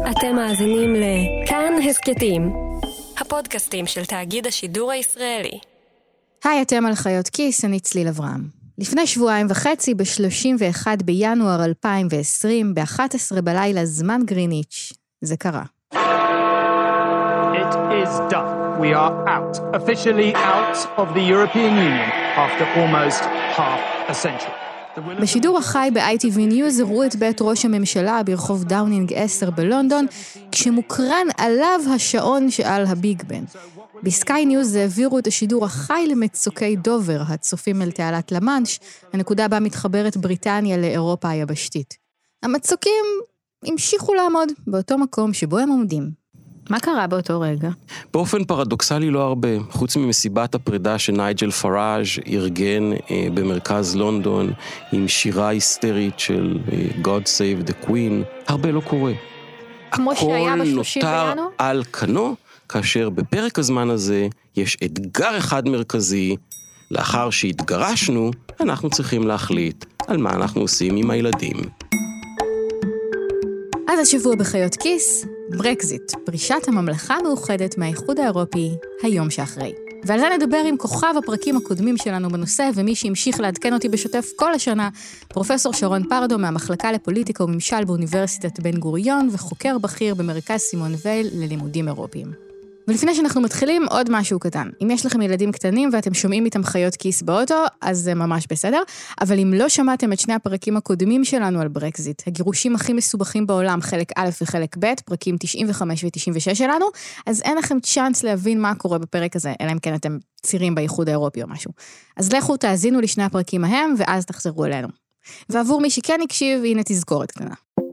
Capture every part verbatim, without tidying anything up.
אתם מאזינים לכאן הסקטים, הפודקאסטים של תאגיד השידור הישראלי. היי, אתם על חיות כיס, אני צליל אברהם. לפני שבועיים וחצי, ב-שלושים ואחד בינואר אלפיים ועשרים, ב-אחת עשרה בלילה זמן גריניץ', זה קרה. It is done. We are out, officially out of the European Union after almost half a century. בשידור החי ב-איי טי וי News הראו את בית ראש הממשלה ברחוב דאונינג עשר בלונדון, כשמוקרן עליו השעון שעל הביג בן. בסקיי ניוז העבירו את השידור החי למצוקי דובר, הצופים אל תעלת למאנש, הנקודה בה מתחברת בריטניה לאירופה היבשתית. המצוקים המשיכו לעמוד באותו מקום שבו הם עומדים. מה קרה באותו רגע? באופן פרדוקסלי לא הרבה, חוץ ממסיבת הפרידה שנייג'ל פראז' ארגן אה, במרכז לונדון, עם שירה היסטרית של אה, God Save the Queen, הרבה לא קורה. כמו שהיה בשלושים בינואר? הכל נותר על כנו, כאשר בפרק הזמן הזה יש אתגר אחד מרכזי, לאחר שהתגרשנו, אנחנו צריכים להחליט על מה אנחנו עושים עם הילדים. אז השבוע בחיות כיס, ברקזיט, פרישת הממלכה המאוחדת מהאיחוד האירופי, היום שאחרי. ועל זה נדבר עם כוכב הפרקים הקודמים שלנו בנושא, ומי שהמשיך לעדכן אותי בשוטף כל השנה, פרופסור שרון פרדו מהמחלקה לפוליטיקה וממשל באוניברסיטת בן גוריון, וחוקר בכיר במרכז סימון וייל ללימודים אירופיים. ולפני שאנחנו מתחילים, עוד משהו קטן. אם יש לכם ילדים קטנים ואתם שומעים איתם חיות כיס באוטו, אז זה ממש בסדר. אבל אם לא שמעתם את שני הפרקים הקודמים שלנו על ברקזיט, הגירושים הכי מסובכים בעולם, חלק א' וחלק ב', פרקים תשעים וחמש ו-תשעים ושש שלנו, אז אין לכם צ'אנס להבין מה קורה בפרק הזה, אלא אם כן אתם צירים באיחוד האירופי או משהו. אז לכו תאזינו לשני הפרקים ההם, ואז תחזרו אלינו. ועבור מי שכן הקשיב, הנה תזכורת קטנה.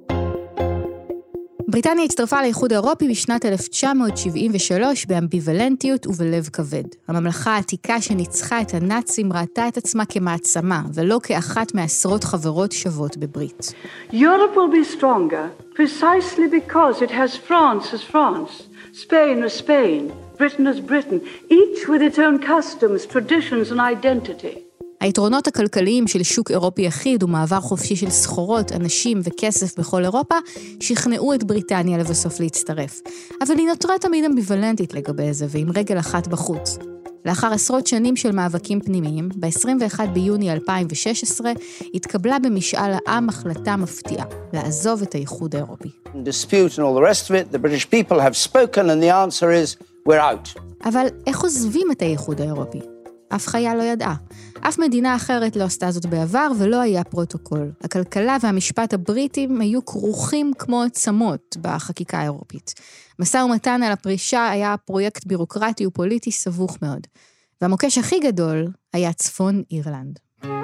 בריטניה הצטרפה לאיחוד האירופי בשנת אלף תשע מאות שבעים ושלוש באמביוולנטיות ובלב כבד. הממלכה העתיקה שניצחה את הנאצים ראתה את עצמה כמעצמה, ולא כאחת מעשרות חברות שוות בברית. Europe will be stronger precisely because it has France as France, Spain as Spain, Britain as Britain, each with its own customs, traditions and identity. היתרונות הכלכליים של שוק אירופי אחיד ומעבר חופשי של סחורות, אנשים וכסף בכל אירופה שכנעו את בריטניה לבסוף להצטרף. אבל היא נותרה תמיד אמביוולנטית לגבי זה ועם רגל אחת בחוץ. לאחר עשרות שנים של מאבקים פנימיים, ב-עשרים ואחד ביוני אלפיים ושש עשרה התקבלה במשאל העם החלטה מפתיעה, לעזוב את האיחוד האירופי. Dispute and all the rest of it, the British people have spoken and the answer is we're out. אבל איך עוזבים את האיחוד האירופי? אף חיה לא ידעה. אף מדינה אחרת לא עשתה זאת בעבר ולא היה פרוטוקול. הכלכלה והמשפט הבריטים היו כרוכים כמו עצמות בחקיקה האירופית. משא ומתן על הפרישה היה פרויקט בירוקרטי ופוליטי סבוך מאוד. והמוקש הכי גדול היה צפון אירלנד.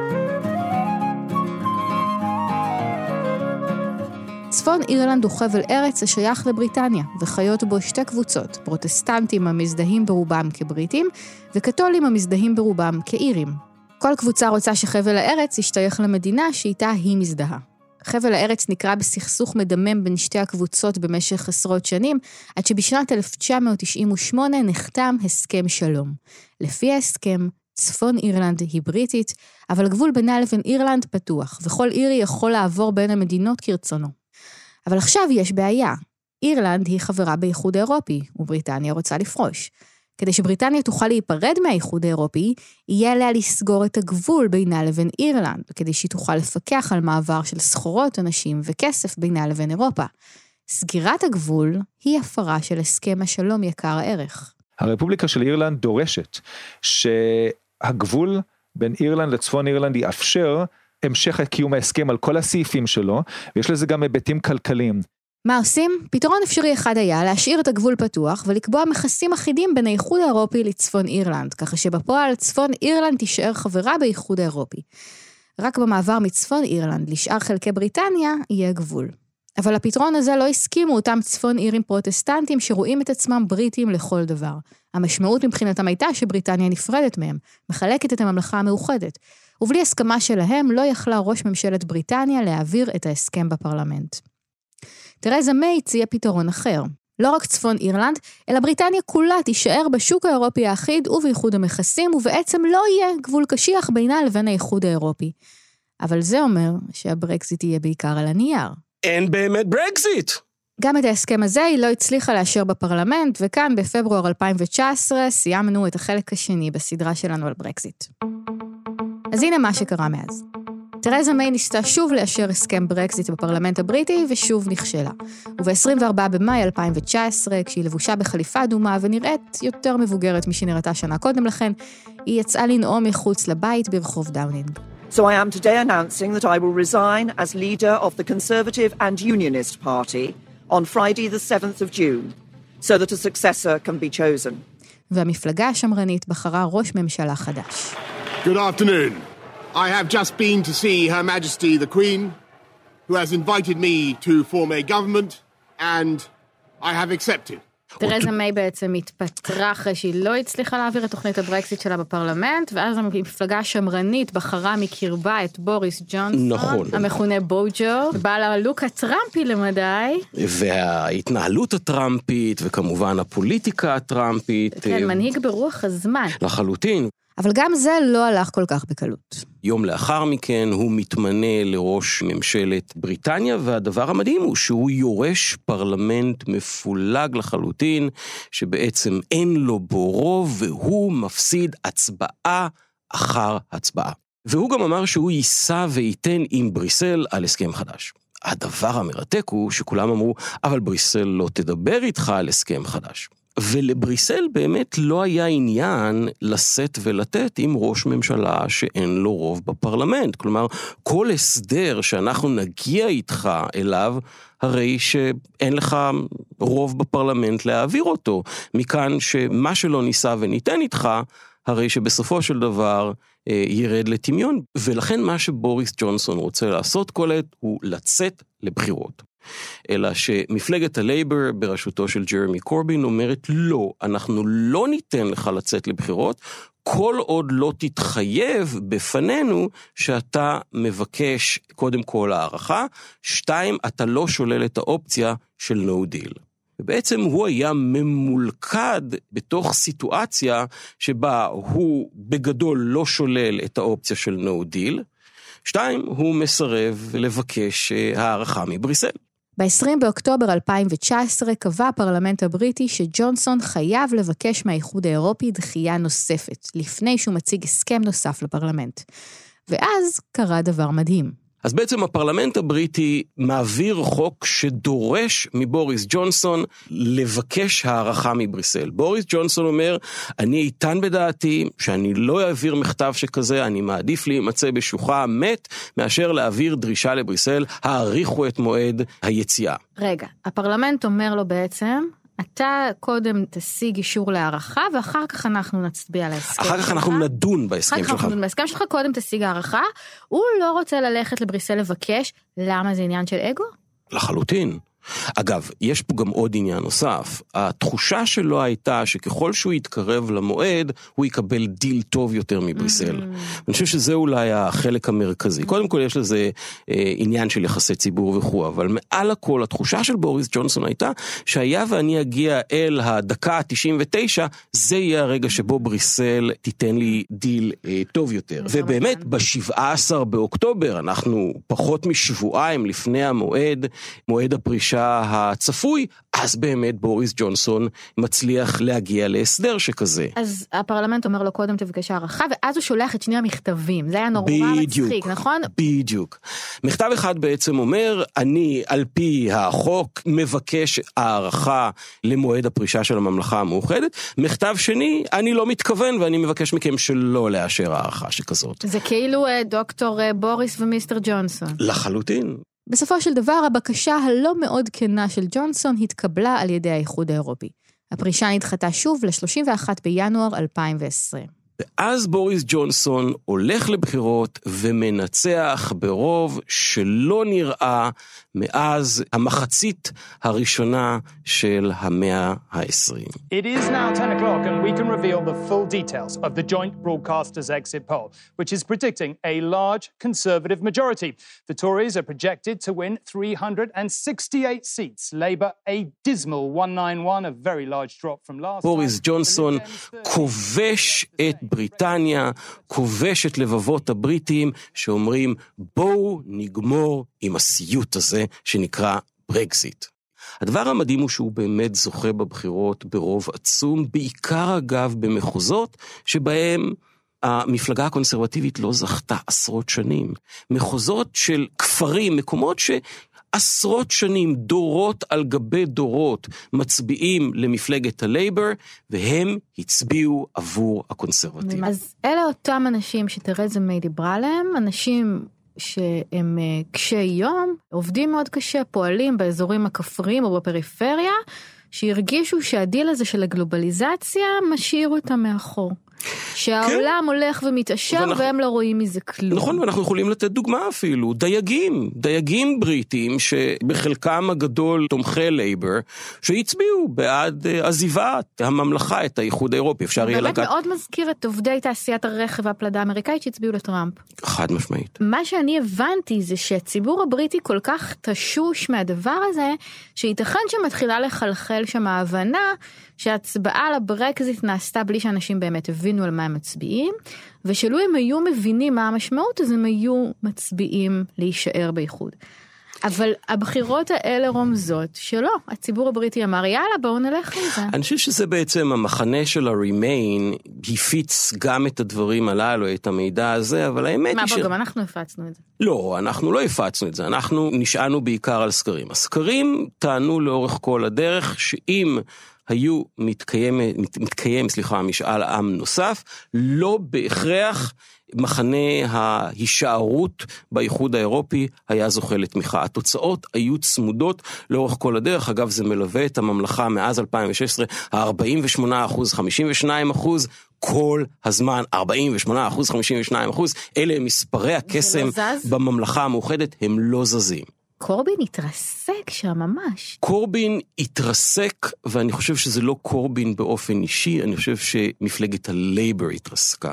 צפון אירלנד הוא חבל ארץ השייך לבריטניה, וחיות בו שתי קבוצות, פרוטסטנטים המזדהים ברובם כבריטים, וקתולים המזדהים ברובם כאירים. כל קבוצה רוצה שחבל הארץ ישתייך למדינה שאיתה היא מזדהה. חבל הארץ נקרא בסכסוך מדמם בין שתי הקבוצות במשך עשרות שנים, עד שבשנת אלף תשע מאות תשעים ושמונה נחתם הסכם שלום. לפי ההסכם, צפון אירלנד היא בריטית, אבל הגבול בינה לבין אירלנד פתוח, וכל אירי יכול לעבור בין המדינות כרצונו. אבל עכשיו יש בעיה. אירלנד היא חברה באיחוד האירופי, ובריטניה רוצה לפרוש. כדי שבריטניה תוכל להיפרד מהאיחוד האירופי, יהיה עליה לסגור את הגבול בינה לבין אירלנד, כדי שהיא תוכל לפקח על מעבר של סחורות, אנשים וכסף בינה לבין אירופה. סגירת הגבול היא הפרה של הסכם השלום יקר הערך. הרפובליקה של אירלנד דורשת שהגבול בין אירלנד לצפון אירלנד יאפשר המשך קיום ההסכם על כל הסעיפים שלו, ויש לזה גם היבטים כלכליים. מה עושים? פתרון אפשרי אחד היה להשאיר את הגבול פתוח ולקבוע מכסים אחידים בין האיחוד האירופי לצפון אירלנד, ככה שבפועל צפון אירלנד תישאר חברה באיחוד האירופי. רק במעבר מצפון אירלנד לשאר חלקי בריטניה יהיה גבול. אבל הפתרון הזה לא הסכימו אותם צפון אירים פרוטסטנטים שרואים את עצמם בריטים לכל דבר. המשמעות מבחינתם הייתה שבריטניה נפרדת מהם, מחלקת את הממלכה המאוחדת. ובלי הסכמה שלהם לא יכלה ראש ממשלת בריטניה להעביר את ההסכם בפרלמנט. תרזה מיי הציעה פתרון אחר. לא רק צפון אירלנד, אלא בריטניה כולה תישאר בשוק האירופי האחיד ובאיחוד המכסים, ובעצם לא יהיה גבול קשיח בינה לבין האיחוד האירופי. אבל זה אומר שהברקזיט יהיה בעיקר על הנייר. אין באמת ברקזיט. גם את ההסכם הזה היא לא הצליחה לאשר בפרלמנט, וכאן בפברואר אלפיים תשע עשרה סיימנו את החלק השני בסדרה שלנו על ברקזיט. אז הנה מה שקרה מאז. תרזה מיי ניסתה שוב לאשר הסכם ברקזיט בפרלמנט הבריטי, ושוב נכשלה. וב-עשרים וארבעה במאי אלפיים תשע עשרה, כשהיא לבושה בחליפה אדומה ונראית יותר מבוגרת משנראתה שנה קודם לכן, היא יצאה לנאום מחוץ לבית ברחוב דאונינג. So I am today announcing that I will resign as leader of the Conservative and Unionist Party on Friday the seventh of June, so that a successor can be chosen. והמפלגה השמרנית בחרה ראש ממשלה חדש. Good afternoon. I have just been to see Her Majesty the Queen, who has invited me to form a government, and I have accepted. תרזה מיי בעצם התפטרה אחרי שהיא לא הצליחה להעביר את תוכנית הברקזיט שלה בפרלמנט, ואז המפלגה השמרנית בחרה מקרבה את בוריס ג'ונסון, נכון. המכונה בוג'ו, בעל הלוק הטראמפי למדי. וההתנהלות הטראמפית, וכמובן הפוליטיקה הטראמפית. כן, מנהיג ברוח הזמן. לחלוטין. אבל גם זה לא הלך כל כך בקלות. יום לאחר מכן הוא מתמנה לראש ממשלת בריטניה, והדבר המדהים הוא שהוא יורש פרלמנט מפולג לחלוטין, שבעצם אין לו בו רוב, והוא מפסיד הצבעה אחר הצבעה. והוא גם אמר שהוא ייסע וייתן עם בריסל על הסכם חדש. הדבר המרתק הוא שכולם אמרו, אבל בריסל לא תדבר איתך על הסכם חדש. ולבריסל באמת לא היה עניין לשאת ולתת עם ראש ממשלה שאין לו רוב בפרלמנט. כלומר, כל הסדר שאנחנו נגיע איתך אליו, הרי שאין לך רוב בפרלמנט להעביר אותו. מכאן שמה שלא ניסה וניתן איתך, הרי שבסופו של דבר אה, ירד לטמיון. ולכן מה שבוריס ג'ונסון רוצה לעשות כל עת הוא לצאת לבחירות. אלא שמפלגת הלייבר בראשותו של ג'רמי קורבין אומרת לא, אנחנו לא ניתן לך לצאת לבחירות, כל עוד לא תתחייב בפנינו שאתה מבקש קודם כל הערכה, שתיים, אתה לא שולל את האופציה של no deal. ובעצם הוא היה ממולכד בתוך סיטואציה שבה הוא בגדול לא שולל את האופציה של no deal, שתיים, הוא מסרב לבקש הערכה מבריסל. ב-עשרים באוקטובר אלפיים תשע עשרה קבע הפרלמנט הבריטי שג'ונסון חייב לבקש מהאיחוד האירופי דחייה נוספת, לפני שהוא מציג הסכם נוסף לפרלמנט. ואז קרה דבר מדהים. אז בעצם הפרלמנט הבריטי מעביר חוק שדורש מבוריס ג'ונסון לבקש הערכה מבריסל. בוריס ג'ונסון אומר, אני איתן בדעתי שאני לא אעביר מכתב שכזה, אני מעדיף להימצא בשוחה מת, מאשר להעביר דרישה לבריסל, העריכו את מועד היציאה. רגע, הפרלמנט אומר לו בעצם, אתה קודם תשיג אישור להערכה, ואחר כך אנחנו נצביע על ההסכם שלך. אחר כך אנחנו נדון בהסכם שלך. אחר כך אנחנו נדון בהסכם שלך, קודם תשיג הערכה. הוא לא רוצה ללכת לבריסל לבקש, למה זה עניין של אגו? לחלוטין. אגב, יש פה גם עוד עניין נוסף. התחושה שלו הייתה שככל שהוא יתקרב למועד, הוא יקבל דיל טוב יותר מבריסל. Mm-hmm. אני חושב שזה אולי החלק המרכזי. Mm-hmm. קודם כל יש לזה אה, עניין של יחסי ציבור וכו', אבל מעל הכל התחושה של בוריס ג'ונסון הייתה שהיה ואני אגיע אל הדקה ה-תשעים ותשע, זה יהיה הרגע שבו בריסל תיתן לי דיל אה, טוב יותר. ובאמת, ב-שבעה עשר באוקטובר, אנחנו פחות משבועיים לפני המועד, מועד הפרישה הצפוי, אז באמת בוריס ג'ונסון מצליח להגיע להסדר שכזה. אז הפרלמנט אומר לו קודם תבקש הערכה, ואז הוא שולח את שני המכתבים. זה היה נורא מצחיק, נכון? בדיוק. מכתב אחד בעצם אומר, אני על פי החוק מבקש הערכה למועד הפרישה של הממלכה המאוחדת. מכתב שני, אני לא מתכוון ואני מבקש מכם שלא לאשר הערכה שכזאת. זה כאילו דוקטור בוריס ומיסטר ג'ונסון. לחלוטין. בסופו של דבר, הבקשה הלא מאוד כנה של ג'ונסון התקבלה על ידי האיחוד האירופי. הפרישה נדחתה שוב ל-שלושים ואחד בינואר אלפיים ועשרים. ואז בוריס ג'ונסון הולך לבחירות ומנצח ברוב שלא נראה מאז המחצית הראשונה של המאה העשרים. It is now ten o'clock and we can reveal the full details of the Joint Broadcasters Exit Poll, which is predicting a large Conservative majority. The Tories are projected to win three hundred sixty-eight seats. Labour a dismal one ninety-one, a very large drop from last. בוריס ג'ונסון כובש את בריטניה, כובש את לבבות הבריטים שאומרים בואו נגמור עם הסיוט הזה שנקרא ברקזיט. הדבר המדהים הוא שהוא באמת זוכה בבחירות ברוב עצום, בעיקר אגב במחוזות שבהם המפלגה הקונסרבטיבית לא זכתה עשרות שנים. מחוזות של כפרים, מקומות שעשרות שנים, דורות על גבי דורות, מצביעים למפלגת הלייבר, והם הצביעו עבור הקונסרבטיבים. אז אלה אותם אנשים שתרזה מיי דיברה עליהם, אנשים שהם קשי יום, עובדים מאוד קשה, פועלים באזורים הכפריים או בפריפריה, שהרגישו שהדיל הזה של הגלובליזציה משאיר אותם מאחור. שהעולם הולך ומתעשר והם לא רואים מזה כלום. נכון, ואנחנו יכולים לתת דוגמה אפילו, דייגים, דייגים בריטים שבחלקם הגדול תומכי לייבר, שהצביעו בעד עזיבת הממלכה את האיחוד האירופי. אפשר יהיה באמת לקחת... מאוד מזכיר את עובדי תעשיית הרכב והפלדה האמריקאית שהצביעו לטראמפ. חד משמעית. מה שאני הבנתי זה שהציבור הבריטי כל כך תשוש מהדבר הזה, שייתכן שמתחילה לחלחל שם ההבנה שההצבעה לברקזיט נעשתה בלי שאנשים באמת הבינו על מה הם מצביעים, ושלו הם היו מבינים מה המשמעות, אז הם היו מצביעים להישאר באיחוד. אבל הבחירות האלה רומזות שלא, הציבור הבריטי אמר, יאללה, בואו נלך עם זה. אני חושב שזה בעצם המחנה של ה-Remain, הפיץ גם את הדברים הללו, את המידע הזה, אבל האמת מה, היא ש... מה, גם אנחנו הפצנו את זה. לא, אנחנו לא הפצנו את זה, אנחנו נשענו בעיקר על סקרים. הסקרים טענו לאורך כל הדרך, שאם היו מתקיים, מתקיים, סליחה, משאל עם נוסף, לא בהכרח מחנה ההישארות באיחוד האירופי היה זוכה לתמיכה. התוצאות היו צמודות לאורך כל הדרך, אגב זה מלווה את הממלכה מאז אלפיים ושש עשרה, ה-ארבעים ושמונה אחוז, חמישים ושניים אחוז, כל הזמן ארבעים ושמונה אחוז, חמישים ושניים אחוז, אלה הם מספרי הקסם לא בממלכה המאוחדת, הם לא זזים. קורבין התרסק שם ממש. קורבין התרסק, ואני חושב שזה לא קורבין באופן אישי, אני חושב שמפלגת הלייבר התרסקה.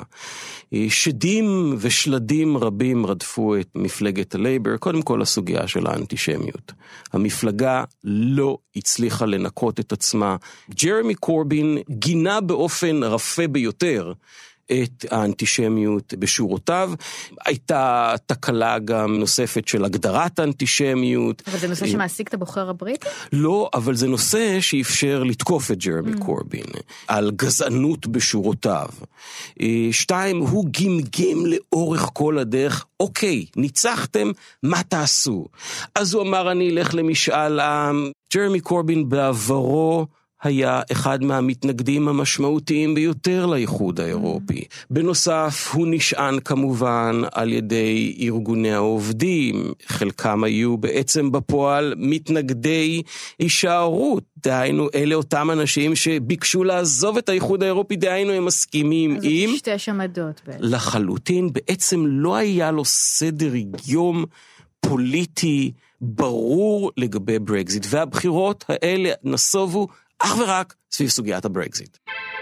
שדים ושלדים רבים רדפו את מפלגת הלייבר, קודם כל הסוגיה של האנטישמיות. המפלגה לא הצליחה לנקות את עצמה. ג'רמי קורבין גינה באופן רפה ביותר את האנטישמיות בשורותיו. הייתה תקלה גם נוספת של הגדרת האנטישמיות. אבל זה נושא שמעסיק את הבוחר הבריטי? לא, אבל זה נושא שאפשר לתקוף את ג'רמי mm. קורבין, על גזענות בשורותיו. שתיים, הוא גמגם לאורך כל הדרך, אוקיי, ניצחתם, מה תעשו? אז הוא אמר, אני אלך למשאל עם. ג'רמי קורבין בעברו, היה אחד מהמתנגדים המשמעותיים ביותר לאיחוד האירופי. בנוסף, הוא נשען כמובן על ידי ארגוני העובדים, חלקם היו בעצם בפועל מתנגדי הישארות, דהיינו אלה אותם אנשים שביקשו לעזוב את האיחוד האירופי, דהיינו הם מסכימים עם... אז שתי שמדות בעצם. לחלוטין, בעצם לא היה לו סדר יום פוליטי ברור לגבי ברקזיט, והבחירות האלה נסובו אך ורק סביב סוגיית הברקזיט.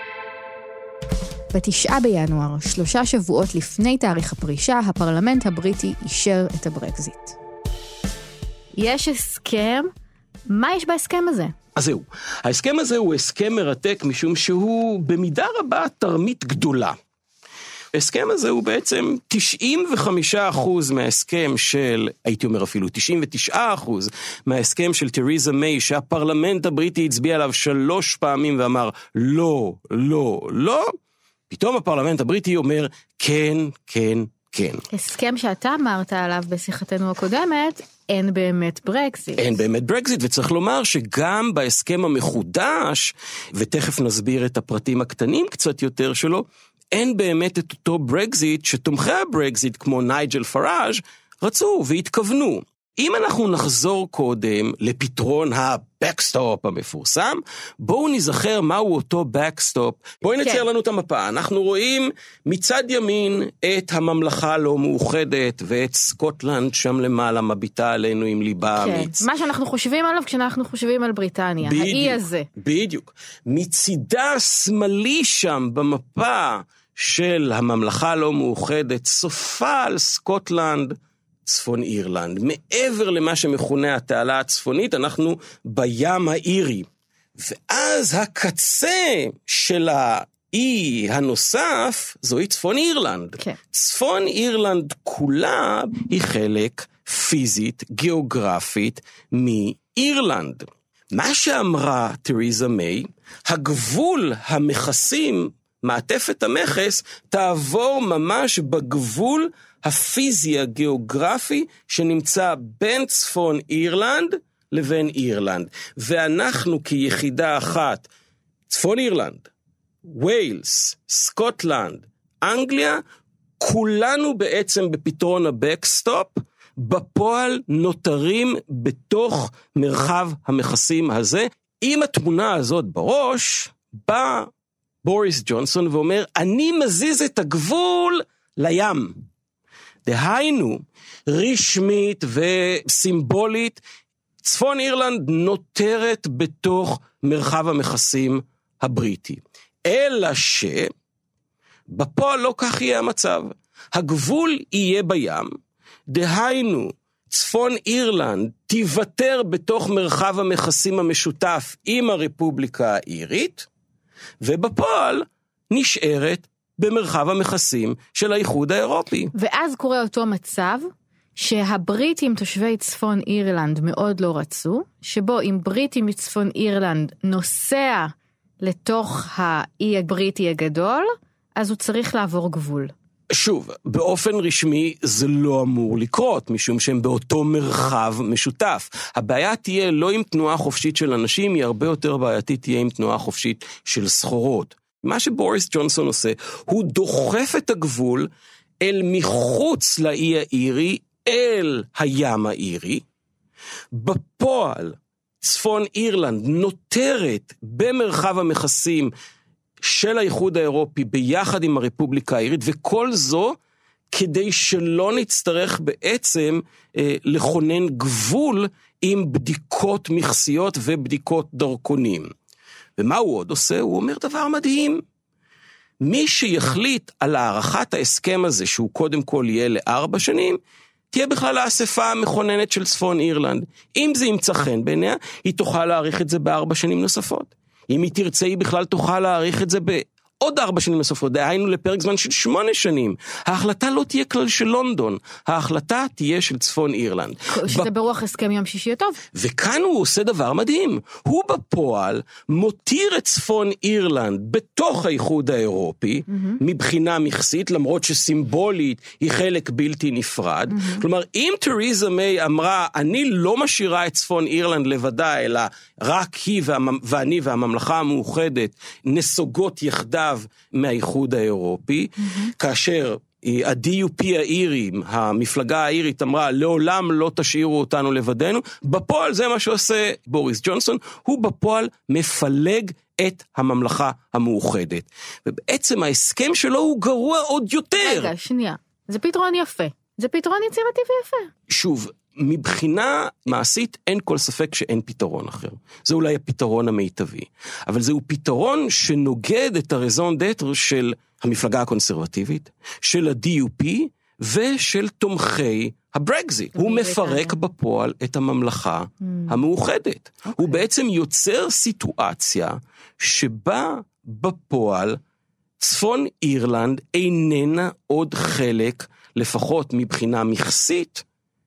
בתשעה בינואר, שלושה שבועות לפני תאריך הפרישה, הפרלמנט הבריטי אישר את הברקזיט. יש הסכם, מה יש בהסכם הזה? אז זהו, ההסכם הזה הוא הסכם מרתק משום שהוא במידה רבה תרמית גדולה. ההסכם הזה הוא בעצם תשעים וחמישה אחוז מההסכם של, הייתי אומר אפילו תשעים ותשעה אחוז מההסכם של תרזה מיי, שהפרלמנט הבריטי הצביע עליו שלוש פעמים ואמר לא, לא, לא, פתאום הפרלמנט הבריטי אומר כן, כן, כן. הסכם שאתה אמרת עליו בשיחתנו הקודמת, אין באמת ברקזיט. אין באמת ברקזיט, וצריך לומר שגם בהסכם המחודש, ותכף נסביר את הפרטים הקטנים קצת יותר שלו, אין באמת את אותו ברקזיט שתומכי הברקזיט כמו נייג'ל פראז' רצו והתכוונו. אם אנחנו נחזור קודם לפתרון הבקסטופ המפורסם, בואו נזכר מהו אותו בקסטופ. בואי נצייר לנו את המפה. אנחנו רואים מצד ימין את הממלכה הלא מאוחדת, ואת סקוטלנד שם למעלה מביטה עלינו עם ליבה אמיץ. מה שאנחנו חושבים עליו כשאנחנו חושבים על בריטניה, האי הזה. בדיוק. מצידה השמאלי שם במפה של הממלכה הלא מאוחדת, סופה על סקוטלנד, צפון אירלנד. מעבר למה שמכונה התעלה הצפונית, אנחנו בים האירי. ואז הקצה של האי הנוסף, זוהי צפון אירלנד. כן. צפון אירלנד כולה היא חלק פיזית, גיאוגרפית, מאירלנד. מה שאמרה תריזה מיי, הגבול המכסים, מעטפת המכס, תעבור ממש בגבול הפיזי הגיאוגרפי שנמצא בין צפון אירלנד לבין אירלנד. ואנחנו כיחידה אחת, צפון אירלנד, ווילס, סקוטלנד, אנגליה, כולנו בעצם בפתרון הבקסטופ, בפועל נותרים בתוך מרחב המכסים הזה. עם התמונה הזאת בראש, בא בוריס ג'ונסון ואומר, אני מזיז את הגבול לים. דהיינו, רשמית וסימבולית, צפון אירלנד נותרת בתוך מרחב המכסים הבריטי. אלא שבפועל לא כך יהיה המצב. הגבול יהיה בים, דהיינו, צפון אירלנד תיוותר בתוך מרחב המכסים המשותף עם הרפובליקה האירית, ובפועל נשארת במרחב המכסים של האיחוד האירופי. ואז קורה אותו מצב שהבריטים תושבי צפון אירלנד מאוד לא רצו, שבו אם בריטי מצפון אירלנד נוסע לתוך האי הבריטי הגדול, אז הוא צריך לעבור גבול. שוב, באופן רשמי זה לא אמור לקרות, משום שהם באותו מרחב משותף. הבעיה תהיה לא עם תנועה חופשית של אנשים, היא הרבה יותר בעייתית תהיה עם תנועה חופשית של סחורות. מה שבוריס ג'ונסון עושה, הוא דוחף את הגבול אל מחוץ לאי האירי, אל הים האירי. בפועל, צפון אירלנד נותרת במרחב המכסים של האיחוד האירופי ביחד עם הרפובליקה האירית, וכל זו כדי שלא נצטרך בעצם אה, לכונן גבול עם בדיקות מכסיות ובדיקות דרכונים. ומה הוא עוד עושה? הוא אומר דבר מדהים. מי שיחליט על הערכת ההסכם הזה, שהוא קודם כל יהיה לארבע שנים, תהיה בכלל האספה המכוננת של צפון אירלנד. אם זה ימצא חן בעיניה, היא תוכל להאריך את זה בארבע שנים נוספות. אם היא תרצה, היא בכלל תוכל להאריך את זה בעוד ארבע שנים נוספות, דהיינו לפרק זמן של שמונה שנים. ההחלטה לא תהיה כלל של לונדון, ההחלטה תהיה של צפון אירלנד. שזה ב... ברוח הסכם יום שישי הטוב. וכאן הוא עושה דבר מדהים. הוא בפועל מותיר את צפון אירלנד בתוך האיחוד האירופי, mm-hmm. מבחינה מכסית, למרות שסימבולית היא חלק בלתי נפרד. Mm-hmm. כלומר, אם תריזה מיי אמרה, אני לא משאירה את צפון אירלנד לבדה, אלא רק היא והמ... ואני והממלכה המאוחדת נסוגות יחדיו מהאיחוד האירופי, mm-hmm. כאשר ה-די יו פי האירים, המפלגה האירית אמרה, לעולם לא תשאירו אותנו לבדנו, בפועל זה מה שעושה בוריס ג'ונסון, הוא בפועל מפלג את הממלכה המאוחדת. ובעצם ההסכם שלו הוא גרוע עוד יותר. רגע, שנייה, זה פתרון יפה, זה פתרון יצירתי ויפה. שוב, מבחינה מעשית אין כל ספק שאין פתרון אחר. זה אולי הפתרון המיטבי. אבל זהו פתרון שנוגד את הרזון דטר של המפלגה הקונסרבטיבית, של ה-די יו פי ושל תומכי הברקזיט. הוא מפרק בפועל את הממלכה mm. המאוחדת. Okay. הוא בעצם יוצר סיטואציה שבה בפועל צפון אירלנד איננה עוד חלק, לפחות מבחינה מכסית,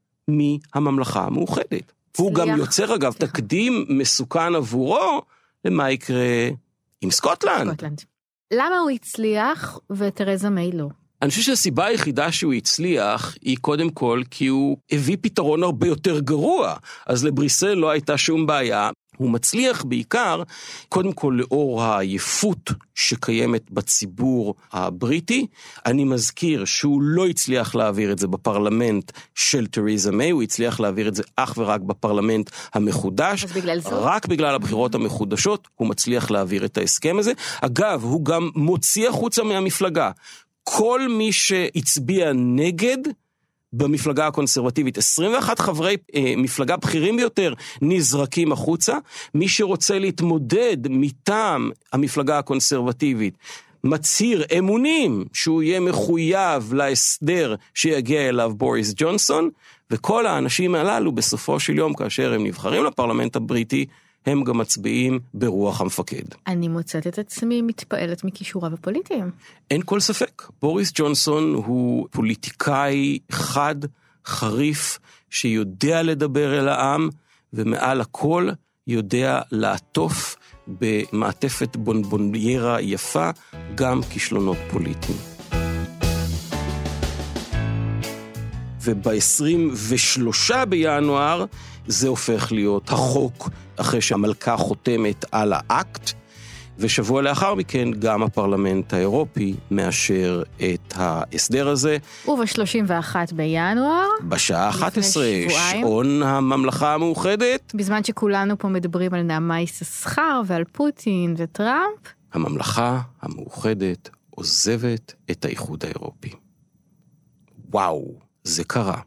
מהממלכה המאוחדת. הוא גם יוצר אגב תקדים מסוכן עבורו למה יקרה עם סקוטלנד. סקוטלנד. למה הוא הצליח ותרזה מיי לא? אני חושב שהסיבה היחידה שהוא הצליח היא קודם כל כי הוא הביא פתרון הרבה יותר גרוע. אז לבריסל לא הייתה שום בעיה. הוא מצליח בעיקר, קודם כל לאור העייפות שקיימת בציבור הבריטי. אני מזכיר שהוא לא הצליח להעביר את זה בפרלמנט של תריזה מיי, הוא הצליח להעביר את זה אך ורק בפרלמנט המחודש. אז בגלל זאת? רק בגלל הבחירות המחודשות הוא מצליח להעביר את ההסכם הזה. אגב, הוא גם מוציא החוצה מהמפלגה. כל מי שהצביע נגד, במפלגה הקונסרבטיבית, עשרים ואחד חברי אה, מפלגה בכירים ביותר נזרקים החוצה. מי שרוצה להתמודד מטעם המפלגה הקונסרבטיבית, מצהיר אמונים שהוא יהיה מחויב להסדר שיגיע אליו בוריס ג'ונסון, וכל האנשים הללו בסופו של יום, כאשר הם נבחרים לפרלמנט הבריטי, הם גם מצביעים ברוח המפקד. אני מוצאת את עצמי מתפעלת מכישוריו הפוליטיים. אין כל ספק. בוריס ג'ונסון הוא פוליטיקאי חד, חריף, שיודע לדבר אל העם, ומעל הכל יודע לעטוף במעטפת בונבוניירה יפה גם כישלונות פוליטיים. וב-עשרים ושלושה בינואר זה הופך להיות החוק אחרי שהמלכה חותמת על האקט, ושבוע לאחר מכן גם הפרלמנט האירופי מאשר את ההסדר הזה. וב-שלושים ואחד בינואר, בשעה אחת עשרה, שעון הממלכה המאוחדת. בזמן שכולנו פה מדברים על נעמה יששכר ועל פוטין וטראמפ, הממלכה המאוחדת עוזבת את האיחוד האירופי. וואו, זה קרה.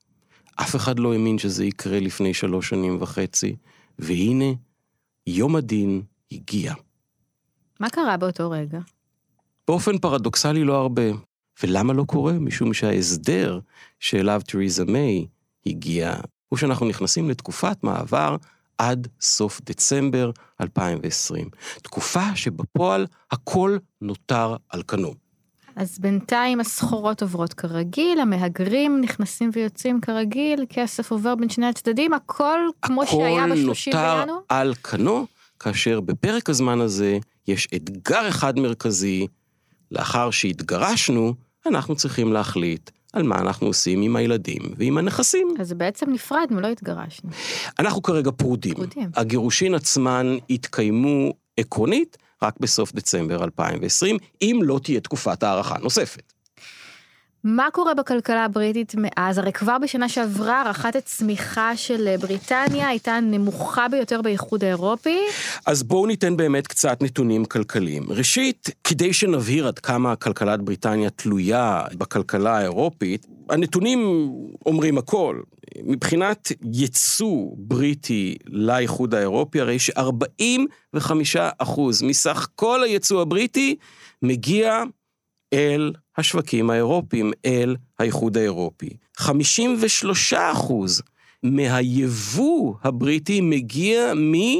אף אחד לא האמין שזה יקרה לפני שלוש שנים וחצי, והנה, יום הדין הגיע. מה קרה באותו רגע? באופן פרדוקסלי לא הרבה. ולמה לא קורה? משום שההסדר שאליו תריזה מיי הגיע, הוא שאנחנו נכנסים לתקופת מעבר עד סוף דצמבר אלפיים ועשרים. תקופה שבפועל הכל נותר על כנו. אז בינתיים הסחורות עוברות כרגיל, המהגרים נכנסים ויוצאים כרגיל, כסף עובר בין שני הצדדים, הכל כמו שהיה בשלושים בינואר? הכל נותר על כנו, כאשר בפרק הזמן הזה יש אתגר אחד מרכזי, לאחר שהתגרשנו, אנחנו צריכים להחליט על מה אנחנו עושים עם הילדים ועם הנכסים. אז בעצם נפרדנו, לא התגרשנו. אנחנו כרגע פרודים. פרודים. הגירושין עצמן התקיימו עקרונית, רק בסוף דצמבר אלפיים ועשרים, אם לא תהיה תקופת הערכה נוספת. מה קורה בכלכלה הבריטית מאז? הרי כבר בשנה שעברה, הערכת הצמיחה של בריטניה הייתה נמוכה ביותר באיחוד האירופי. אז בואו ניתן באמת קצת נתונים כלכליים. ראשית, כדי שנבהיר עד כמה כלכלת בריטניה תלויה בכלכלה האירופית, הנתונים אומרים הכל. מבחינת ייצוא בריטי לאיחוד האירופי, הרי ש-ארבעים וחמישה אחוז מסך כל הייצוא הבריטי מגיע אל השווקים האירופיים, אל האיחוד האירופי. חמישים ושלושה אחוז מהיבוא הבריטי מגיע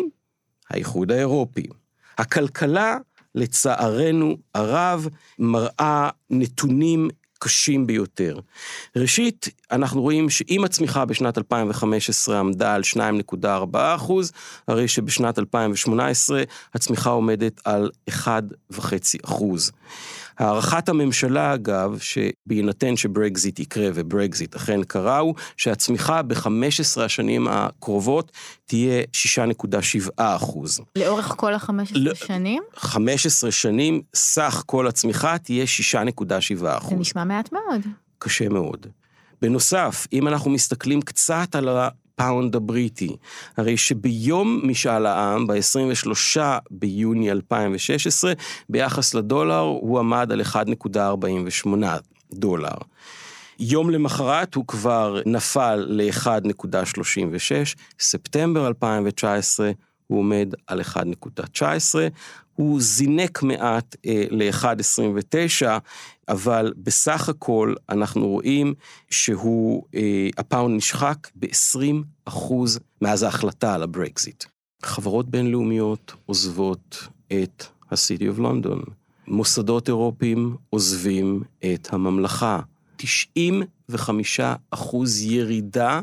מהאיחוד האירופי. הכלכלה, לצערנו הרב, מראה נתונים קשים ביותר. ראשית, אנחנו רואים שאם הצמיחה בשנת אלפיים וחמש עשרה עמדה על שניים נקודה ארבעה אחוז, הרי שבשנת אלפיים ושמונה עשרה הצמיחה עומדת על אחד נקודה חמש אחוז. הערכת הממשלה, אגב, שבהינתן שברקזיט יקרה וברקזיט אכן קרה, הוא שהצמיחה ב-חמש עשרה השנים הקרובות תהיה שישה נקודה שבעה אחוז. לאורך כל ה-חמש עשרה שנים? חמש עשרה שנים, סך כל הצמיחה תהיה שישה נקודה שבעה אחוז. זה נשמע מעט מאוד. קשה מאוד. בנוסף, אם אנחנו מסתכלים קצת על הפאונד הבריטי, הרי שביום משאל העם, ב-עשרים ושלושה ביוני אלפיים ושש עשרה, ביחס לדולר הוא עמד על אחד נקודה ארבעים ושמונה דולר. יום למחרת הוא כבר נפל ל-אחד נקודה שלושים ושש, ספטמבר אלפיים תשע עשרה הוא עומד על אחד נקודה תשע עשרה, הוא זינק מעט אה, ל-אחד נקודה עשרים ותשע, אבל בסך הכל אנחנו רואים שהוא, אה, הפאונד נשחק ב-עשרים אחוז מאז ההחלטה על הברקזיט. חברות בינלאומיות עוזבות את ה-City of London. מוסדות אירופיים עוזבים את הממלכה. תשעים וחמישה אחוז ירידה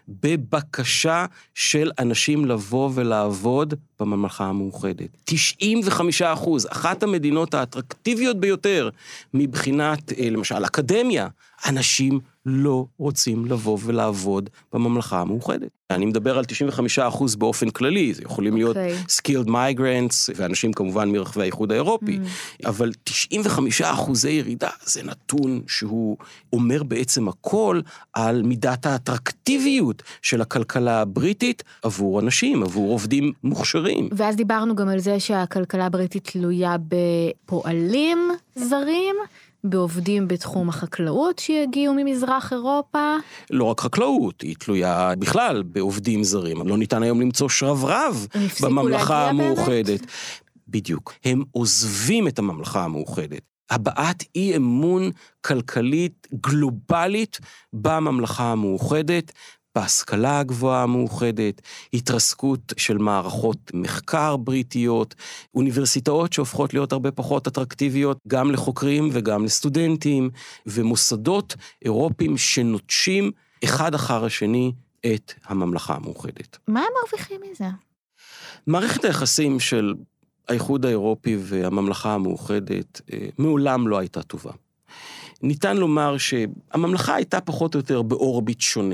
בבקשה של אנשים לבוא ולעבוד בממלכה המאוחדת. תשעים וחמישה אחוז, אחת המדינות האטרקטיביות ביותר מבחינת, למשל, אקדמיה, אנשים לא רוצים לבוא ולעבוד בממלכה המאוחדת. אני מדבר על תשעים וחמישה אחוז באופן כללי, זה יכולים okay. להיות skilled migrants, ואנשים כמובן מרחבי האיחוד האירופי, mm. אבל תשעים וחמישה אחוזי ירידה, זה נתון שהוא אומר בעצם הכל על מידת האטרקטיביות של הכלכלה הבריטית עבור אנשים, עבור עובדים מוכשרים. ואז דיברנו גם על זה שהכלכלה הבריטית תלויה בפועלים זרים, בעובדים בתחום החקלאות שיגיעו ממזרח אירופה. לא רק חקלאות, היא תלויה בכלל בעובדים זרים. לא ניתן היום למצוא שרברב בממלכה המאוחדת. בדיוק. הם עוזבים את הממלכה המאוחדת. הבעת אי אמון כלכלית גלובלית בממלכה המאוחדת, בהשכלה הגבוהה המאוחדת, התרסקות של מערכות מחקר בריטיות, אוניברסיטאות שהופכות להיות הרבה פחות אטרקטיביות, גם לחוקרים וגם לסטודנטים, ומוסדות אירופיים שנוטשים אחד אחר השני את הממלכה המאוחדת. מה הם מרוויחים מזה? מערכת היחסים של האיחוד האירופי והממלכה המאוחדת מעולם לא הייתה טובה. ניתן לומר שהממלכה הייתה פחות או יותר באורביט שונה.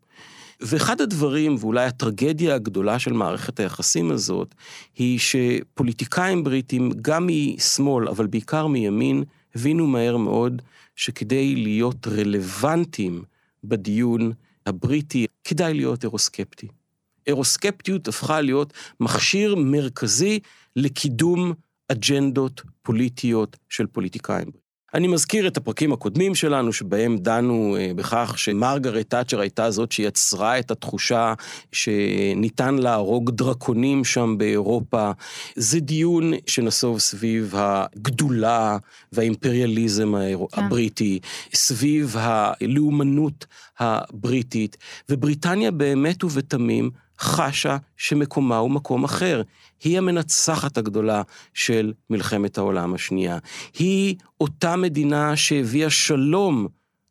ואחד הדברים, ואולי הטרגדיה הגדולה של מערכת היחסים הזאת, היא שפוליטיקאים בריטים, גם משמאל, אבל בעיקר מימין, הבינו מהר מאוד שכדי להיות רלוונטיים בדיון הבריטי, כדאי להיות אירוסקפטי. אירוסקפטיות הפכה להיות מכשיר מרכזי לקידום אג'נדות פוליטיות של פוליטיקאים. אני מזכיר את הפרקים הקודמים שלנו, שבהם דנו בכך שמרגרט תאצ'ר הייתה זאת שיצרה את התחושה שניתן להרוג דרקונים שם באירופה. זה דיון שנסוב סביב הגדולה והאימפריאליזם הבריטי, סביב הלאומנות הבריטית, ובריטניה באמת ובתמים חשה שמקומה הוא מקום אחר. היא המנצחת הגדולה של מלחמת העולם השנייה. היא אותה מדינה שהביאה שלום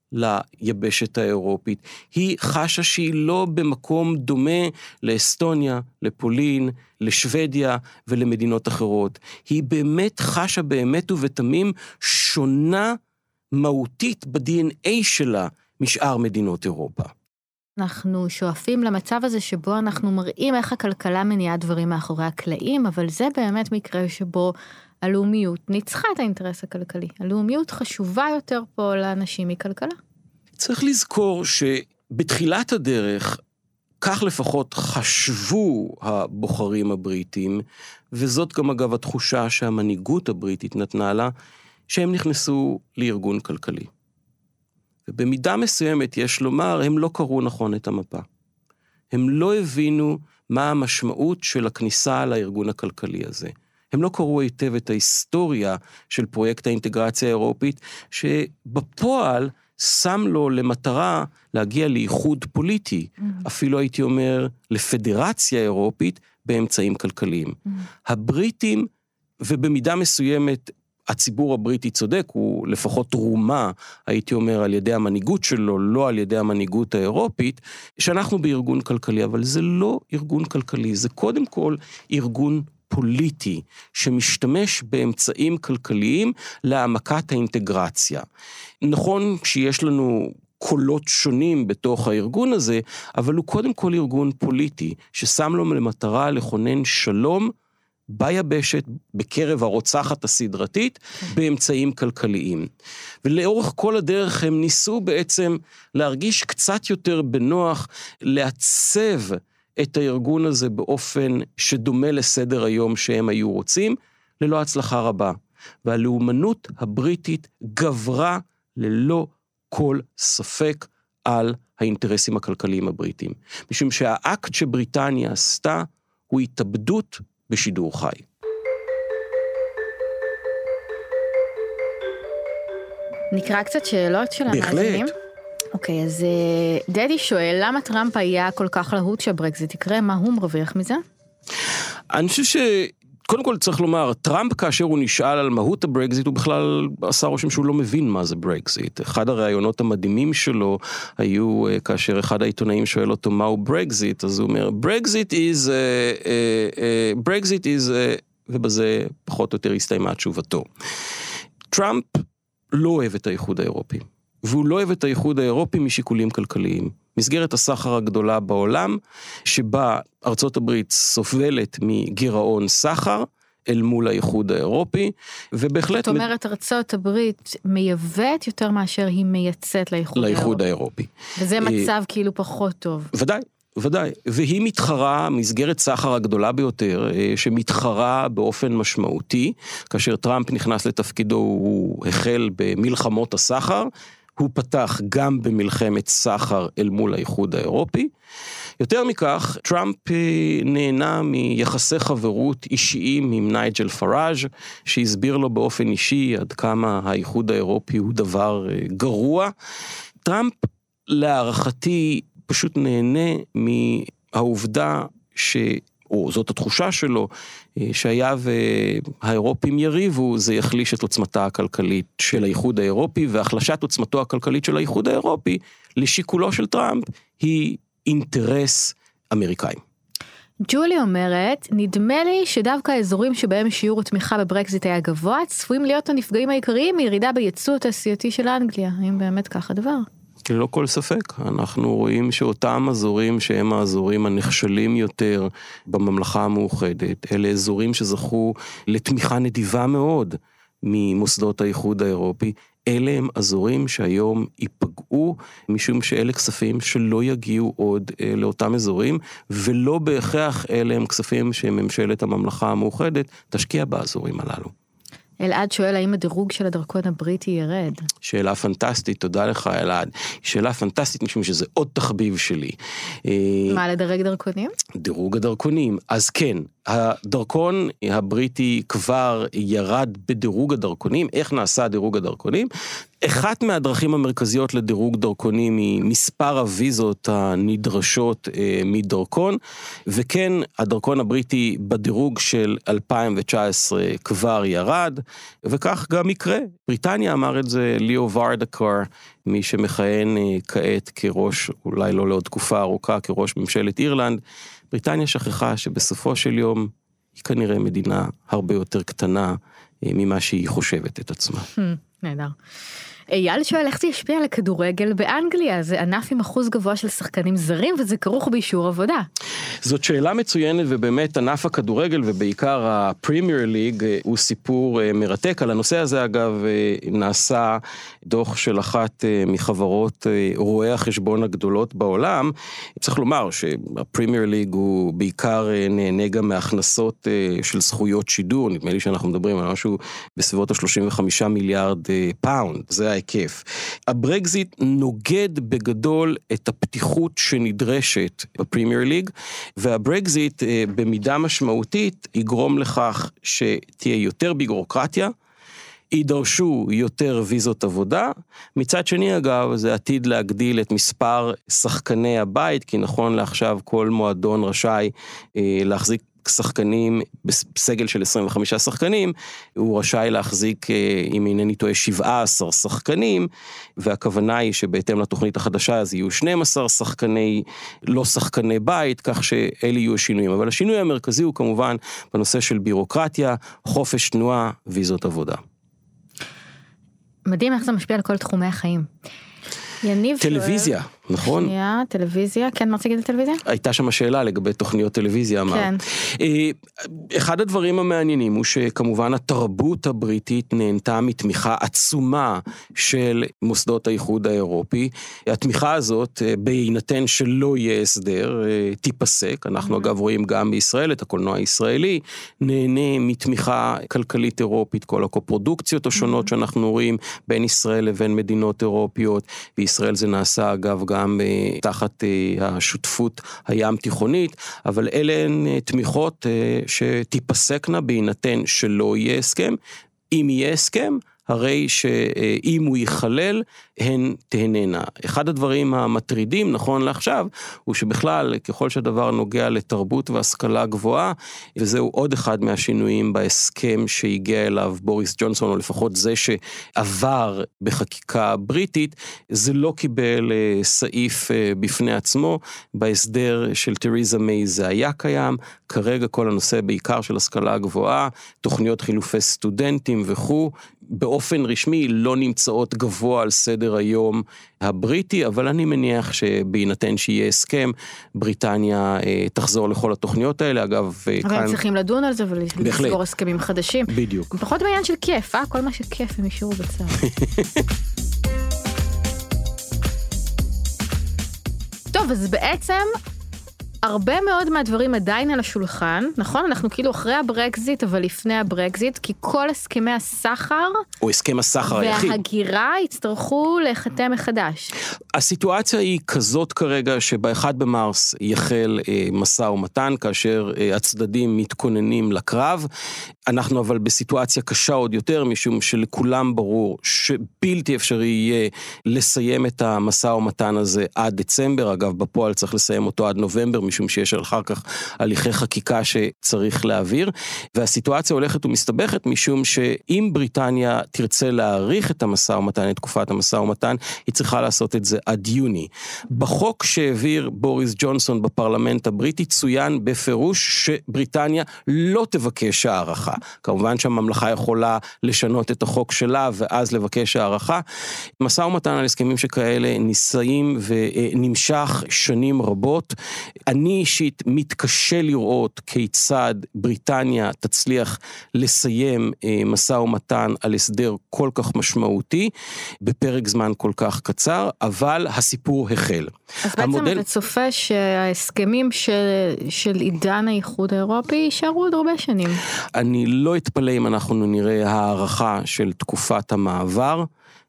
ליבשת האירופית. היא חשה שהיא לא במקום דומה לאסטוניה, לפולין, לשוודיה ולמדינות אחרות. היא באמת חשה באמת ובתמים שונה מהותית ב-די אן איי שלה משאר מדינות אירופה. אנחנו שואפים למצב הזה שבו אנחנו מראים איך הכלכלה מניעה דברים מאחורי הקלעים, אבל זה באמת מקרה שבו הלאומיות ניצחה את האינטרס הכלכלי. הלאומיות חשובה יותר פה לאנשים מכלכלה. צריך לזכור שבתחילת הדרך, כך לפחות חשבו הבוחרים הבריטים, וזאת גם אגב התחושה שהמנהיגות הבריטית נתנה לה, שהם נכנסו לארגון כלכלי. ובמידה מסוימת יש לומר, הם לא קראו נכון את המפה. הם לא הבינו מה המשמעות של הכניסה לארגון הכלכלי הזה. הם לא קראו היטב את ההיסטוריה של פרויקט האינטגרציה האירופית, שבפועל שם לו למטרה להגיע לאיחוד פוליטי, mm-hmm. אפילו הייתי אומר לפדרציה אירופית באמצעים כלכליים. Mm-hmm. הבריטים, ובמידה מסוימת, הציבור הבריטי צודק, הוא לפחות תרומה, הייתי אומר, על ידי המנהיגות שלו, לא על ידי המנהיגות האירופית, שאנחנו בארגון כלכלי, אבל זה לא ארגון כלכלי, זה קודם כל ארגון פוליטי, שמשתמש באמצעים כלכליים להעמקת האינטגרציה. נכון שיש לנו קולות שונים בתוך הארגון הזה, אבל הוא קודם כל ארגון פוליטי, ששם לו למטרה לכונן שלום, ביבשת, בקרב הרוצחת הסדרתית, באמצעים כלכליים. ולאורך כל הדרך הם ניסו בעצם להרגיש קצת יותר בנוח, לעצב את הארגון הזה באופן שדומה לסדר היום שהם היו רוצים, ללא הצלחה רבה. והלאומנות הבריטית גברה ללא כל ספק על האינטרסים הכלכליים הבריטיים. משום שהאקט שבריטניה עשתה הוא התאבדות בשידור חי. נקרא קצת שאלות של המאזינים. בהחלט. אוקיי, אז דדי שואל, למה טראמפ היה כל כך להוט שהברקזיט יקרה? מה הוא מרוויח מזה? אני חושב ש... קודם כל צריך לומר, טראמפ כאשר הוא נשאל על מהות הברקזיט, הוא בכלל עשה רושם שהוא לא מבין מה זה ברקזיט. אחד הראיונות המדהימים שלו היו כאשר אחד העיתונאים שואל אותו מהו ברקזיט, אז הוא אומר, ברקזיט is, ברקזיט is, ובזה פחות או יותר הסתיימה תשובתו. טראמפ לא אוהב את האיחוד האירופי, והוא לא אוהב את האיחוד האירופי משיקולים כלכליים. מסגרת הסחר הגדולה בעולם, שבה ארצות הברית סובלת מגירעון סחר, אל מול האיחוד האירופי, ובהחלט... זאת אומרת, ארצות הברית מייבאת יותר מאשר היא מייצאת לאיחוד, לאיחוד האירופי. וזה מצב כאילו פחות טוב. ודאי. ודאי, והיא מתחרה, מסגרת סחר הגדולה ביותר, שמתחרה באופן משמעותי, כאשר טראמפ נכנס לתפקידו, הוא החל במלחמות הסחר, הוא פתח גם במלחמת סחר אל מול האיחוד האירופי. יותר מכך, טראמפ נהנה מיחסי חברות אישיים עם נייג'ל פראז' שהסביר לו באופן אישי עד כמה האיחוד האירופי הוא דבר גרוע. טראמפ להערכתי פשוט נהנה מהעובדה ש... או זאת התחושה שלו, שהיה והאירופים יריבו, זה יחליש את עוצמתה הכלכלית של האיחוד האירופי, והחלשת עוצמתו הכלכלית של האיחוד האירופי, לשיקולו של טראמפ, היא אינטרס אמריקאי. ג'ולי אומרת, נדמה לי שדווקא האזורים שבהם שיעור התמיכה בברקזיט היה גבוה, צפויים להיות הנפגעים העיקריים מירידה בייצוא התעשייתי של אנגליה. האם באמת כך הדבר? כי לא כל ספק, אנחנו רואים שאותם אזורים שהם האזורים הנחשלים יותר בממלכה המאוחדת, אלה אזורים שזכו לתמיכה נדיבה מאוד ממוסדות האיחוד האירופי, אלה הם אזורים שהיום ייפגעו, משום שאלה כספים שלא יגיעו עוד אה, לאותם אזורים, ולא בהכרח אלה הם כספים שממשלת הממלכה המאוחדת תשקיע באזורים הללו. אלעד שואל, האם הדירוג של הדרכון הבריטי ירד? שאלה פנטסטית, תודה לך אלעד. שאלה פנטסטית משום שזה עוד תחביב שלי. מה, לדרג דרכונים? דירוג הדרכונים. אז כן, הדרכון הבריטי כבר ירד בדירוג הדרכונים. איך נעשה דירוג הדרכונים? אחת מהדרכים המרכזיות לדירוג דרכונים היא מספר הוויזות הנדרשות אה, מדרכון, וכן, הדרכון הבריטי בדירוג של אלפיים תשע עשרה כבר ירד, וכך גם יקרה. בריטניה אמר את זה ליאו ורדקר, מי שמכהן אה, כעת כראש, אולי לא לעוד תקופה ארוכה, כראש ממשלת אירלנד. בריטניה שכחה שבסופו של יום היא כנראה מדינה הרבה יותר קטנה אה, ממה שהיא חושבת את עצמה. נהדר. אייל שואל, איך זה ישפיע על הכדורגל באנגליה? זה ענף עם אחוז גבוה של שחקנים זרים, וזה כרוך באישור עבודה. זאת שאלה מצוינת, ובאמת ענף הכדורגל, ובעיקר הפרימייר ליג, הוא סיפור מרתק. על הנושא הזה, אגב, נעשה דוח של אחת מחברות רואי החשבון הגדולות בעולם. צריך לומר שהפרימייר ליג הוא בעיקר נהנה גם מהכנסות של זכויות שידור, נדמה לי שאנחנו מדברים על משהו בסביבות ה-שלושים וחמישה מיליארד פאונד, זה ההיקף. הברקזיט נוגד בגדול את הפתיחות שנדרשת בפרימייר ליג, והברקזיט במידה משמעותית יגרום לכך שתהיה יותר בירוקרטיה, יידרשו יותר ויזות עבודה. מצד שני אגב, זה עתיד להגדיל את מספר שחקני הבית, כי נכון לעכשיו כל מועדון רשאי אה, להחזיק שחקנים, בסגל של עשרים וחמישה שחקנים, הוא רשאי להחזיק, אם אינני טועה, שבעה עשר שחקנים, והכוונה היא שבהתאם לתוכנית החדשה, אז יהיו שנים עשר שחקני, לא שחקני בית, כך שאלה יהיו שינויים. אבל השינוי המרכזי הוא כמובן בנושא של בירוקרטיה, חופש תנועה, ויזות עבודה. מדהים איך זה משפיע על כל תחומי החיים. טלוויזיה, נכון? שנייה, טלוויזיה, כן, מה תגיד על טלוויזיה? הייתה שם השאלה לגבי תוכניות טלוויזיה, אמר. כן. אחד הדברים המעניינים הוא שכמובן התרבות הבריטית נהנתה מתמיכה עצומה של מוסדות האיחוד האירופי. התמיכה הזאת, בהינתן שלא יהיה הסדר, תיפסק. אנחנו אגב רואים גם בישראל, את הקולנוע הישראלי, נהנה מתמיכה כלכלית אירופית, כל הקופרודוקציות השונות שאנחנו רואים בין ישראל לבין מדינות אירופיות. בישראל זה נעשה אגב גם גם תחת השותפות הים תיכונית, אבל אלה הן תמיכות שתיפסקנה בהינתן שלא יהיה הסכם. אם יהיה הסכם, הרי שאם הוא ייחלל, הן תהננה. אחד הדברים המטרידים, נכון לעכשיו, הוא שבכלל, ככל שהדבר נוגע לתרבות והשכלה גבוהה, וזהו עוד אחד מהשינויים בהסכם שהגיע אליו בוריס ג'ונסון, או לפחות זה שעבר בחקיקה בריטית, זה לא קיבל סעיף בפני עצמו, בהסדר של תריזה מיי זה היה קיים, כרגע כל הנושא בעיקר של השכלה גבוהה, תוכניות חילופי סטודנטים וכו', באופן רשמי לא נמצאות גבוה על סדר היום הבריטי, אבל אני מניח שבהינתן שיהיה הסכם, בריטניה אה, תחזור לכל התוכניות האלה, אגב, אבל כאן... הם צריכים לדון על זה ולסגור הסכמים חדשים. בדיוק. פחות בעניין של כיף, אה? כל מה שכיף הם אישרו בצד. טוב, אז בעצם... הרבה מאוד מהדברים עדיין על השולחן, נכון? אנחנו כאילו אחרי הברקזיט, אבל לפני הברקזיט, כי כל הסכמי הסחר... או הסכם הסחר היחיד. וההגירה יצטרכו להיחתם מחדש. הסיטואציה היא כזאת כרגע, שב-אחד במרס יחל אה, מסע ומתן, כאשר אה, הצדדים מתכוננים לקרב. אנחנו אבל בסיטואציה קשה עוד יותר, משום שלכולם ברור שבלתי אפשרי יהיה לסיים את המשא ומתן הזה עד דצמבר, אגב בפועל צריך לסיים אותו עד נובמבר, משום שיש אחר כך הליכי חקיקה שצריך להעביר, והסיטואציה הולכת ומסתבכת, משום שאם בריטניה תרצה להאריך את המשא ומתן, את תקופת המשא ומתן, היא צריכה לעשות את זה עד יוני. בחוק שהעביר בוריס ג'ונסון בפרלמנט הבריטי, צוין בפירוש שבריטניה לא תבקש הערכה. כמובן שהממלכה יכולה לשנות את החוק שלה, ואז לבקש הערכה. משא ומתן על הסכמים שכאלה ניסיים ונמשך שנים רבות. אני אישית מתקשה לראות כיצד בריטניה תצליח לסיים משא ומתן על הסדר כל כך משמעותי, בפרק זמן כל כך קצר, אבל הסיפור החל. אז בעצם המודל... אתה צופה שההסכמים של, של עידן האיחוד האירופי יישארו עוד הרבה שנים. אני לא אתפלא אם אנחנו נראה הערכה של תקופת המעבר,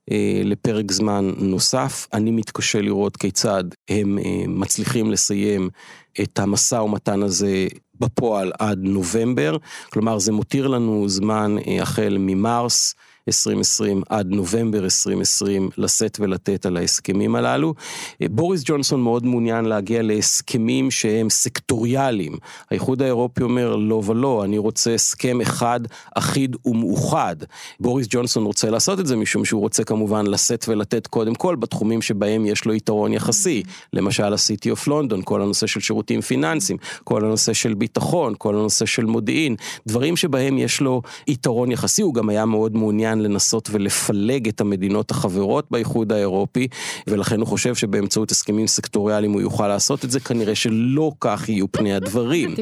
לפרק זמן נוסף. אני מתקשה לראות כיצד הם מצליחים לסיים את המשא ומתן הזה בפועל עד נובמבר, כלומר זה מותיר לנו זמן החל ממרס עשרים עשרים עד נובמבר עשרים עשרים לשאת ולתת על ההסכמים הללו. בוריס ג'ונסון מאוד מעוניין להגיע להסכמים שהם סקטוריאליים. האיחוד האירופי אומר לא ולא, אני רוצה הסכם אחד אחיד ומאוחד. בוריס ג'ונסון רוצה לעשות את זה משום שהוא רוצה כמובן לשאת ולתת קודם כל בתחומים שבהם יש לו יתרון יחסי, למשל הסיטי אוף לונדון, כל הנושא של שירותים פיננסיים, כל הנושא של ביטחון, כל הנושא של מודיעין, דברים שבהם יש לו יתרון יחסי. הוא גם היה מאוד מעוניין לנסות ולפלג את המדינות החברות באיחוד האירופי, ולכן הוא חושב שבאמצעות הסכמים סקטוריאליים הוא יוכל לעשות את זה, כנראה שלא כך יהיו פני הדברים.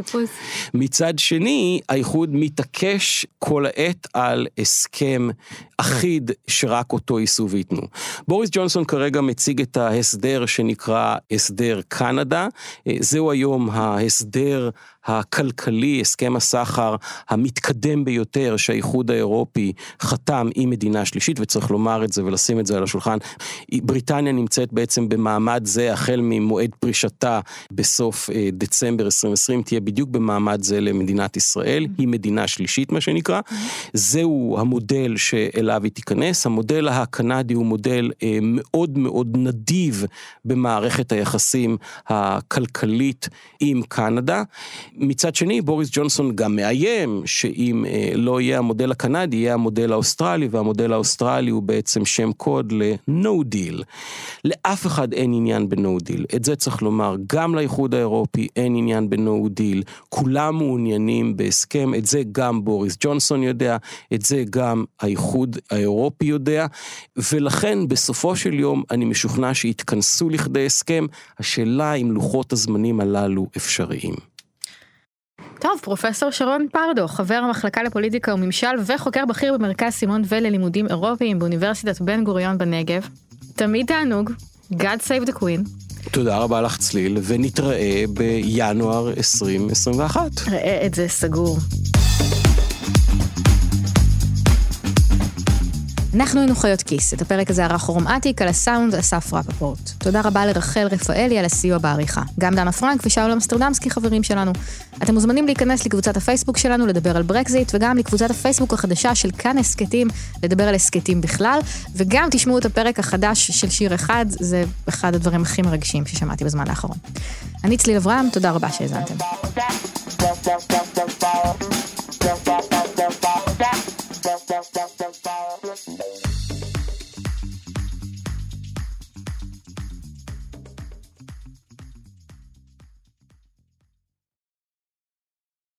מצד שני, האיחוד מתעקש כל העת על הסכם אחיד שרק אותו ייסו ויתנו. בוריס ג'ונסון כרגע מציג את ההסדר שנקרא הסדר קנדה, זהו היום ההסדר הכלכלי, הסכם הסחר המתקדם ביותר שהאיחוד האירופי חתם עם מדינה שלישית, וצריך לומר את זה ולשים את זה על השולחן. בריטניה נמצאת בעצם במעמד זה, החל ממועד פרישתה בסוף דצמבר עשרים עשרים, תהיה בדיוק במעמד זה למדינת ישראל, היא מדינה שלישית מה שנקרא. זהו המודל שאליו היא תיכנס. המודל הקנדי הוא מודל מאוד מאוד נדיב במערכת היחסים הכלכלית עם קנדה. מצד שני, בוריס ג'ונסון גם מאיים שאם אה, לא יהיה המודל הקנדי, יהיה המודל האוסטרלי, והמודל האוסטרלי הוא בעצם שם קוד ל-no deal. לאף אחד אין עניין ב-no deal. את זה צריך לומר, גם לאיחוד האירופי אין עניין ב-no deal. כולם מעוניינים בהסכם, את זה גם בוריס ג'ונסון יודע, את זה גם האיחוד האירופי יודע, ולכן בסופו של יום אני משוכנע שהתכנסו לכדי הסכם, השאלה אם לוחות הזמנים הללו אפשריים. טוב, פרופסור שרון פרדו, חבר המחלקה לפוליטיקה וממשל וחוקר בכיר במרכז סימון וללימודים אירופיים באוניברסיטת בן גוריון בנגב. תמיד תענוג, God save the Queen. תודה רבה לך צליל, ונתראה בינואר עשרים עשרים ואחת. ראה את זה סגור. אנחנו היינו חיות כיס, את הפרק הזה ערך חורם עתיק, על הסאונד אסף רפפורט. תודה רבה לרחל רפאלי על הסיוע בעריכה. גם דנה פרנק ושאול אמסטרדמסקי חברים שלנו. אתם מוזמנים להיכנס לקבוצת הפייסבוק שלנו לדבר על ברקזיט, וגם לקבוצת הפייסבוק החדשה של כאן הסקטים, לדבר על הסקטים בכלל, וגם תשמעו את הפרק החדש של שיר אחד, זה אחד הדברים הכי מרגשים ששמעתי בזמן האחרון. אני צליל אברהם, תודה רבה שהזנתם. Stop, stop, stop, stop.